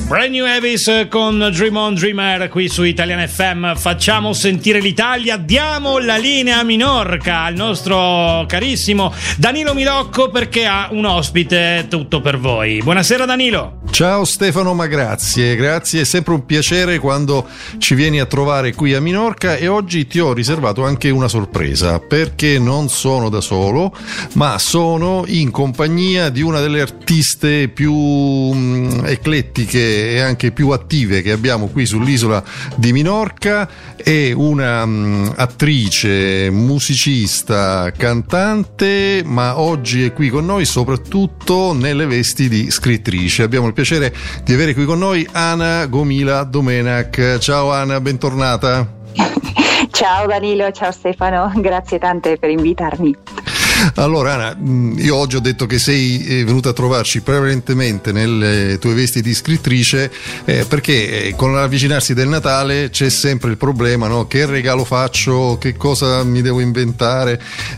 Brand New Avis con Dream On Dreamer qui su Italian FM. Facciamo sentire l'Italia, diamo la linea a Minorca al nostro carissimo Danilo Milocco, perché ha un ospite tutto per voi. Buonasera Danilo. Ciao Stefano, ma grazie, è sempre un piacere quando ci vieni a trovare qui a Minorca, e oggi ti ho riservato anche una sorpresa, perché non sono da solo, ma sono in compagnia di una delle artiste più eclettiche e anche più attive che abbiamo qui sull'isola di Minorca. È una attrice, musicista, cantante, ma oggi è qui con noi soprattutto nelle vesti di scrittrice. Abbiamo il piacere di avere qui con noi Ana Gomila Domenac. Ciao Ana, bentornata. Ciao Danilo, ciao Stefano, grazie tante per invitarmi. Allora Ana, io oggi ho detto che sei venuta a trovarci prevalentemente nelle tue vesti di scrittrice perché con l'avvicinarsi del Natale c'è sempre il problema, no? Che regalo faccio, che cosa mi devo inventare?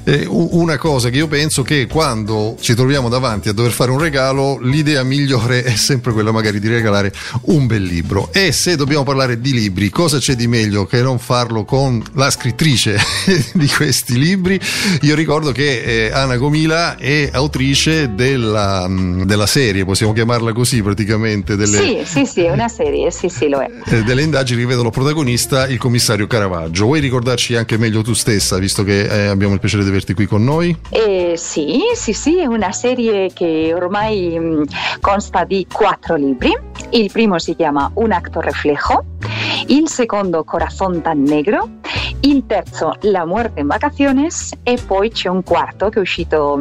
Una cosa che io penso che quando ci troviamo davanti a dover fare un regalo, l'idea migliore è sempre quella magari di regalare un bel libro. E se dobbiamo parlare di libri, cosa c'è di meglio che non farlo con la scrittrice di questi libri? Io ricordo che Ana Gomila è autrice della serie, possiamo chiamarla così praticamente, sì, è una serie, sì, lo è, delle indagini che vedono protagonista il commissario Caravaggio. Vuoi ricordarci anche meglio tu stessa, visto che abbiamo il piacere di averti qui con noi? Sì, è una serie che ormai consta di 4 libri. Il primo si chiama Un acto reflejo, il secondo Corazón tan negro, il terzo La muerte en vacaciones, e poi c'è un quarto che è uscito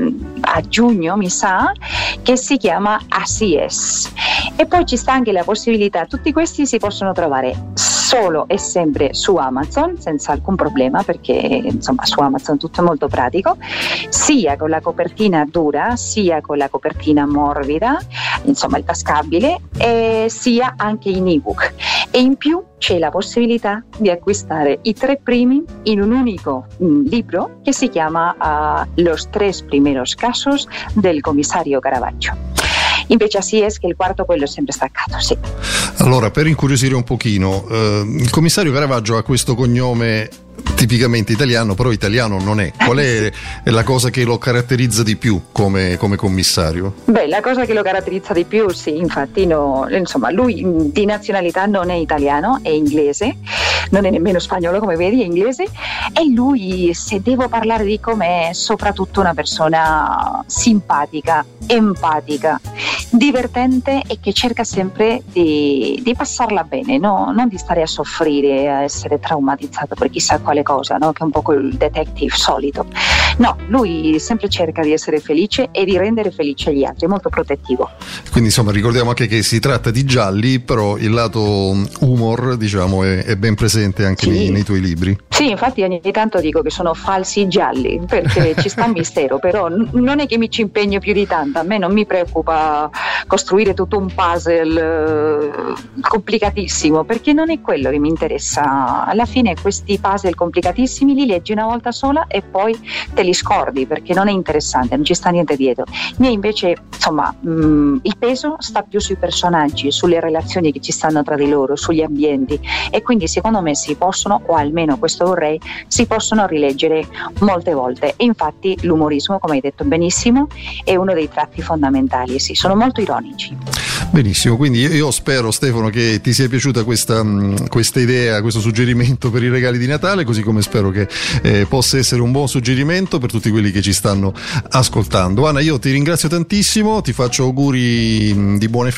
a giugno, mi sa, che si chiama Así es. E poi ci sta anche la possibilità, tutti questi si possono trovare solo e sempre su Amazon senza alcun problema, perché insomma su Amazon tutto è molto pratico, sia con la copertina dura sia con la copertina morbida, insomma il tascabile, sia anche in ebook. E in più c'è la possibilità di acquistare i 3 primi in un unico libro che si chiama Los 3 primeros casos del commissario Caravaggio. Invece Así es che il quarto poi l'ho sempre staccato, sì. Allora, per incuriosire un pochino, il commissario Caravaggio ha questo cognome tipicamente italiano, però italiano non è. Qual è la cosa che lo caratterizza di più come commissario? Beh, la cosa che lo caratterizza di più, sì, infatti insomma, lui di nazionalità non è italiano, è inglese, non è nemmeno spagnolo come vedi, è inglese, e lui, se devo parlare di com'è, è soprattutto una persona simpatica, empatica, divertente e che cerca sempre di passarla bene, no? Non di stare a soffrire, a essere traumatizzato per chissà quale cosa, no? Che è un po' il detective solito. No, lui sempre cerca di essere felice e di rendere felice gli altri, è molto protettivo. Quindi insomma ricordiamo anche che si tratta di gialli, però il lato humor, diciamo, è ben presente anche nei tuoi libri. Sì, infatti ogni tanto dico che sono falsi gialli, perché ci sta un mistero, però non è che mi ci impegno più di tanto, a me non mi preoccupa costruire tutto un puzzle complicatissimo, perché non è quello che mi interessa. Alla fine questi puzzle complicatissimi li leggi una volta sola e poi te li scordi, perché non è interessante, non ci sta niente dietro. Invece, insomma, il peso sta più sui personaggi, sulle relazioni che ci stanno tra di loro, sugli ambienti, e quindi secondo me si possono, o almeno questo vorrei, si possono rileggere molte volte. E infatti l'umorismo, come hai detto benissimo, è uno dei tratti fondamentali, sì, sono molto ironici. Benissimo, quindi io spero, Stefano, che ti sia piaciuta questa idea, questo suggerimento per i regali di Natale, così come spero che possa essere un buon suggerimento per tutti quelli che ci stanno ascoltando. Ana, io ti ringrazio tantissimo, ti faccio auguri di buone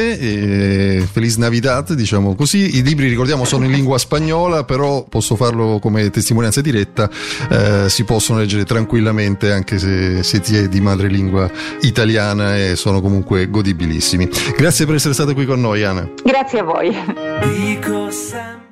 feste, Feliz Navidad, diciamo così. I libri, ricordiamo, sono in lingua spagnola, però posso farlo come testimonianza diretta, si possono leggere tranquillamente anche se ti è di madrelingua italiana, e sono comunque godibilissimi. Grazie per essere stata qui con noi, Ana. Grazie a voi.